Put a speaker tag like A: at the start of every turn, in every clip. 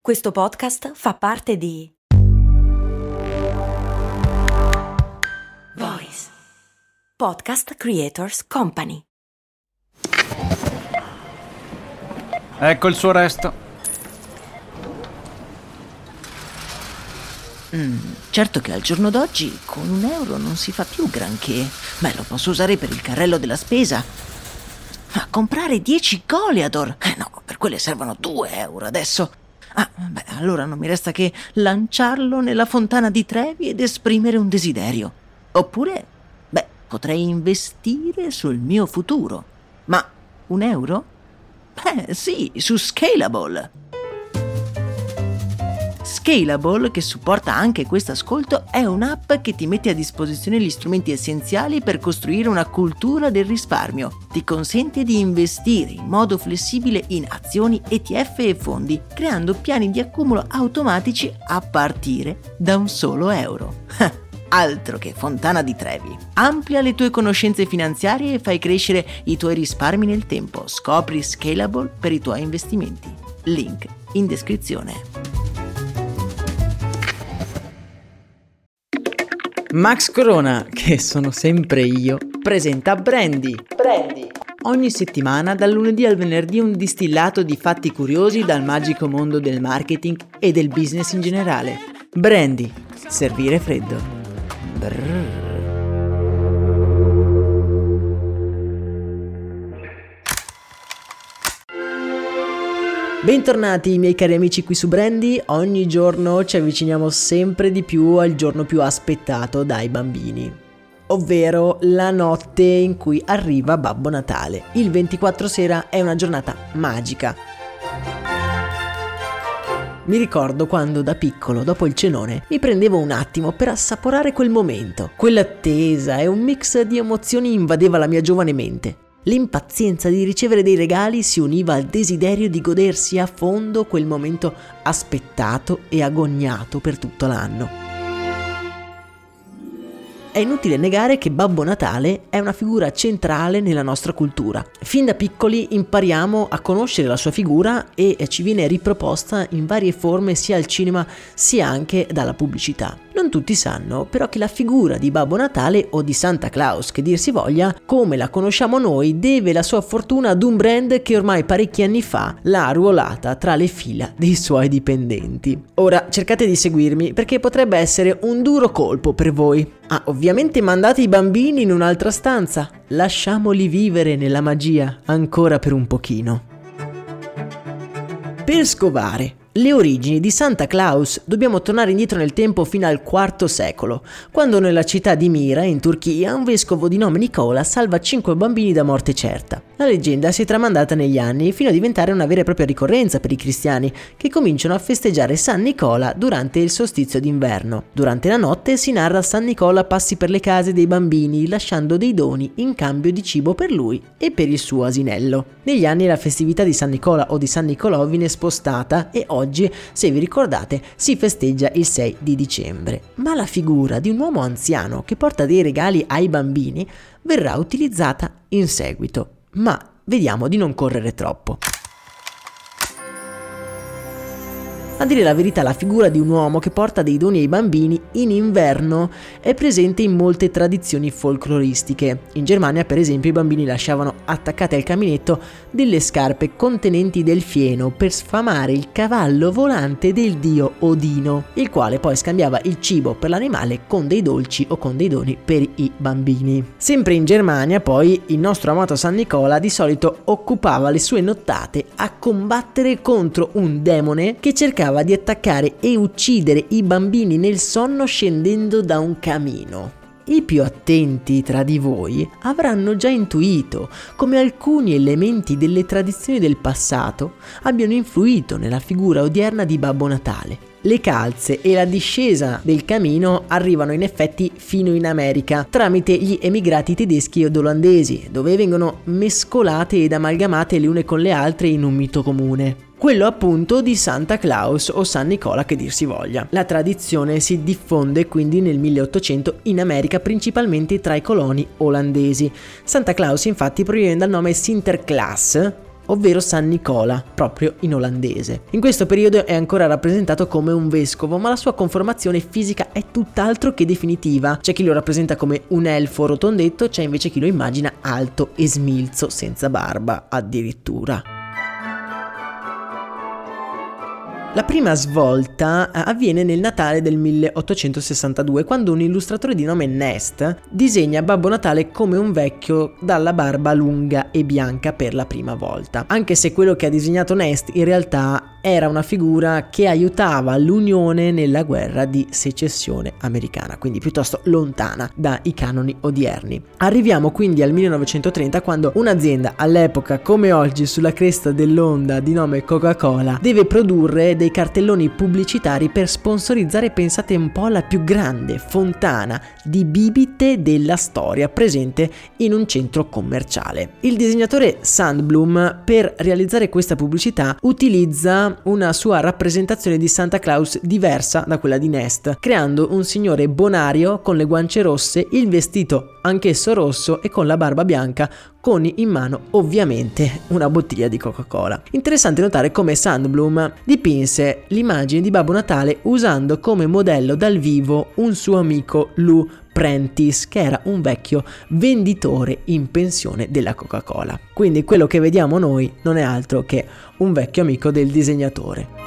A: Questo podcast fa parte di Voice Podcast Creators Company.
B: Ecco il suo resto.
C: Certo che al giorno d'oggi con €1 non si fa più granché. Lo posso usare per il carrello della spesa. Ma comprare 10 Goliador? No, per quelle servono €2 adesso. Allora non mi resta che lanciarlo nella fontana di Trevi ed esprimere un desiderio. Oppure, potrei investire sul mio futuro. Ma €1? Sì, su Scalable. Scalable, che supporta anche questo ascolto, è un'app che ti mette a disposizione gli strumenti essenziali per costruire una cultura del risparmio. Ti consente di investire in modo flessibile in azioni, ETF e fondi, creando piani di accumulo automatici a partire da un solo euro. Altro che fontana di Trevi. Amplia le tue conoscenze finanziarie e fai crescere i tuoi risparmi nel tempo. Scopri Scalable per i tuoi investimenti. Link in descrizione.
D: Max Corona, che sono sempre io, presenta Brandy. Ogni settimana, dal lunedì al venerdì, un distillato di fatti curiosi dal magico mondo del marketing e del business in generale. Brandy, servire freddo. Brrr. Bentornati miei cari amici qui su Brandy. Ogni giorno ci avviciniamo sempre di più al giorno più aspettato dai bambini, ovvero la notte in cui arriva Babbo Natale. Il 24 sera è una giornata magica. Mi ricordo quando da piccolo, dopo il cenone, mi prendevo un attimo per assaporare quel momento. Quell'attesa e un mix di emozioni invadeva la mia giovane mente. L'impazienza di ricevere dei regali si univa al desiderio di godersi a fondo quel momento aspettato e agognato per tutto l'anno. È inutile negare che Babbo Natale è una figura centrale nella nostra cultura. Fin da piccoli impariamo a conoscere la sua figura e ci viene riproposta in varie forme sia al cinema sia anche dalla pubblicità. Non tutti sanno però che la figura di Babbo Natale o di Santa Claus, che dir si voglia, come la conosciamo noi, deve la sua fortuna ad un brand che ormai parecchi anni fa l'ha arruolata tra le fila dei suoi dipendenti. Ora cercate di seguirmi perché potrebbe essere un duro colpo per voi. Ovviamente mandate i bambini in un'altra stanza, lasciamoli vivere nella magia ancora per un pochino. Per scovare le origini di Santa Claus dobbiamo tornare indietro nel tempo fino al IV secolo, quando nella città di Mira, in Turchia, un vescovo di nome Nicola salva 5 bambini da morte certa. La leggenda si è tramandata negli anni fino a diventare una vera e propria ricorrenza per i cristiani, che cominciano a festeggiare San Nicola durante il solstizio d'inverno. Durante la notte si narra San Nicola passi per le case dei bambini lasciando dei doni in cambio di cibo per lui e per il suo asinello. Negli anni la festività di San Nicola o di San Nicolò viene spostata e oggi, se vi ricordate, si festeggia il 6 di dicembre. Ma la figura di un uomo anziano che porta dei regali ai bambini verrà utilizzata in seguito. Ma vediamo di non correre troppo. A dire la verità, la figura di un uomo che porta dei doni ai bambini in inverno è presente in molte tradizioni folcloristiche. In Germania, per esempio, i bambini lasciavano attaccate al caminetto delle scarpe contenenti del fieno per sfamare il cavallo volante del dio Odino, il quale poi scambiava il cibo per l'animale con dei dolci o con dei doni per i bambini. Sempre in Germania, poi, il nostro amato San Nicola di solito occupava le sue nottate a combattere contro un demone che cercava di attaccare e uccidere i bambini nel sonno scendendo da un camino. I più attenti tra di voi avranno già intuito come alcuni elementi delle tradizioni del passato abbiano influito nella figura odierna di Babbo Natale. Le calze e la discesa del camino arrivano in effetti fino in America tramite gli emigrati tedeschi ed olandesi, dove vengono mescolate ed amalgamate le une con le altre in un mito comune. Quello appunto di Santa Claus o San Nicola, che dir si voglia. La tradizione si diffonde quindi nel 1800 in America, principalmente tra i coloni olandesi. Santa Claus infatti proviene dal nome Sinterklaas, ovvero San Nicola, proprio in olandese. In questo periodo è ancora rappresentato come un vescovo, ma la sua conformazione fisica è tutt'altro che definitiva. C'è chi lo rappresenta come un elfo rotondetto, c'è invece chi lo immagina alto e smilzo, senza barba addirittura. La prima svolta avviene nel Natale del 1862, quando un illustratore di nome Nest disegna Babbo Natale come un vecchio dalla barba lunga e bianca per la prima volta. Anche se quello che ha disegnato Nest in realtà era una figura che aiutava l'Unione nella guerra di secessione americana, quindi piuttosto lontana dai canoni odierni. Arriviamo quindi al 1930, quando un'azienda, all'epoca come oggi sulla cresta dell'onda di nome Coca-Cola, deve produrre dei cartelloni pubblicitari per sponsorizzare, pensate un po', la più grande fontana di bibite della storia presente in un centro commerciale. Il disegnatore Sandblom, per realizzare questa pubblicità, utilizza una sua rappresentazione di Santa Claus diversa da quella di Nest, creando un signore bonario con le guance rosse, il vestito anch'esso rosso e con la barba bianca, con in mano ovviamente una bottiglia di Coca-Cola. Interessante notare come Sandblom dipinse l'immagine di Babbo Natale usando come modello dal vivo un suo amico Lou Prentice, che era un vecchio venditore in pensione della Coca-Cola. Quindi quello che vediamo noi non è altro che un vecchio amico del disegnatore.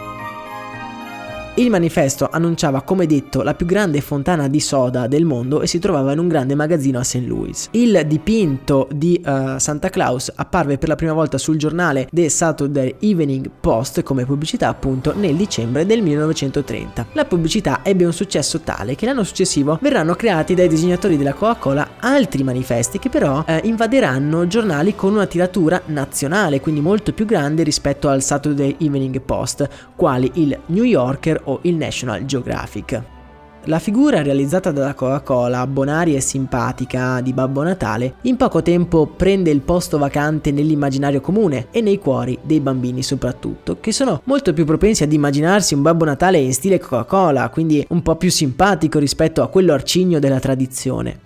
D: Il manifesto annunciava, come detto, la più grande fontana di soda del mondo e si trovava in un grande magazzino a St. Louis. Il dipinto di Santa Claus apparve per la prima volta sul giornale The Saturday Evening Post come pubblicità appunto nel dicembre del 1930. La pubblicità ebbe un successo tale che l'anno successivo verranno creati dai disegnatori della Coca-Cola altri manifesti che però invaderanno giornali con una tiratura nazionale, quindi molto più grande rispetto al Saturday Evening Post, quali il New Yorker o il National Geographic. La figura realizzata dalla Coca-Cola, bonaria e simpatica di Babbo Natale, in poco tempo prende il posto vacante nell'immaginario comune e nei cuori dei bambini soprattutto, che sono molto più propensi ad immaginarsi un Babbo Natale in stile Coca-Cola, quindi un po' più simpatico rispetto a quello arcigno della tradizione.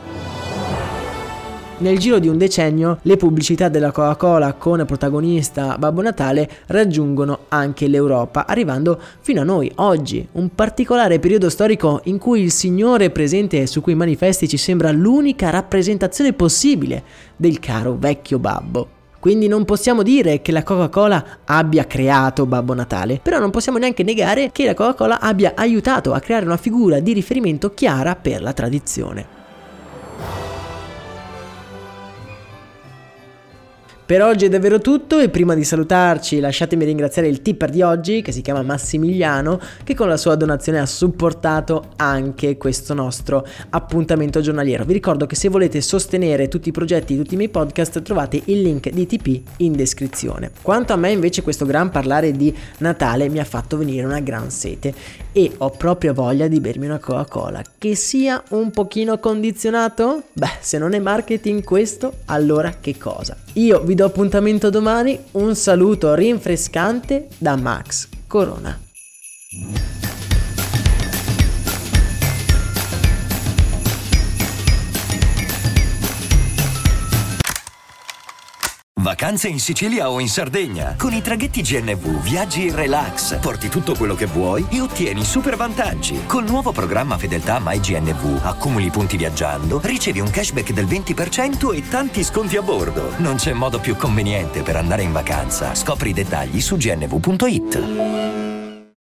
D: Nel giro di un decennio le pubblicità della Coca-Cola con protagonista Babbo Natale raggiungono anche l'Europa, arrivando fino a noi oggi, un particolare periodo storico in cui il signore presente su quei manifesti ci sembra l'unica rappresentazione possibile del caro vecchio babbo. Quindi non possiamo dire che la Coca-Cola abbia creato Babbo Natale, però non possiamo neanche negare che la Coca-Cola abbia aiutato a creare una figura di riferimento chiara per la tradizione. Per oggi è davvero tutto e prima di salutarci lasciatemi ringraziare il tipper di oggi, che si chiama Massimiliano, che con la sua donazione ha supportato anche questo nostro appuntamento giornaliero. Vi ricordo che se volete sostenere tutti i progetti di tutti i miei podcast trovate il link di TP in descrizione. Quanto a me invece questo gran parlare di Natale mi ha fatto venire una gran sete e ho proprio voglia di bermi una Coca-Cola, che sia un pochino condizionato? Beh, se non è marketing questo, allora che cosa? Io vi do appuntamento domani, un saluto rinfrescante da Max Corona.
E: Vacanze in Sicilia o in Sardegna. Con i traghetti GNV viaggi in relax, porti tutto quello che vuoi e ottieni super vantaggi. Col nuovo programma Fedeltà MyGNV accumuli punti viaggiando, ricevi un cashback del 20% e tanti sconti a bordo. Non c'è modo più conveniente per andare in vacanza. Scopri i dettagli su gnv.it.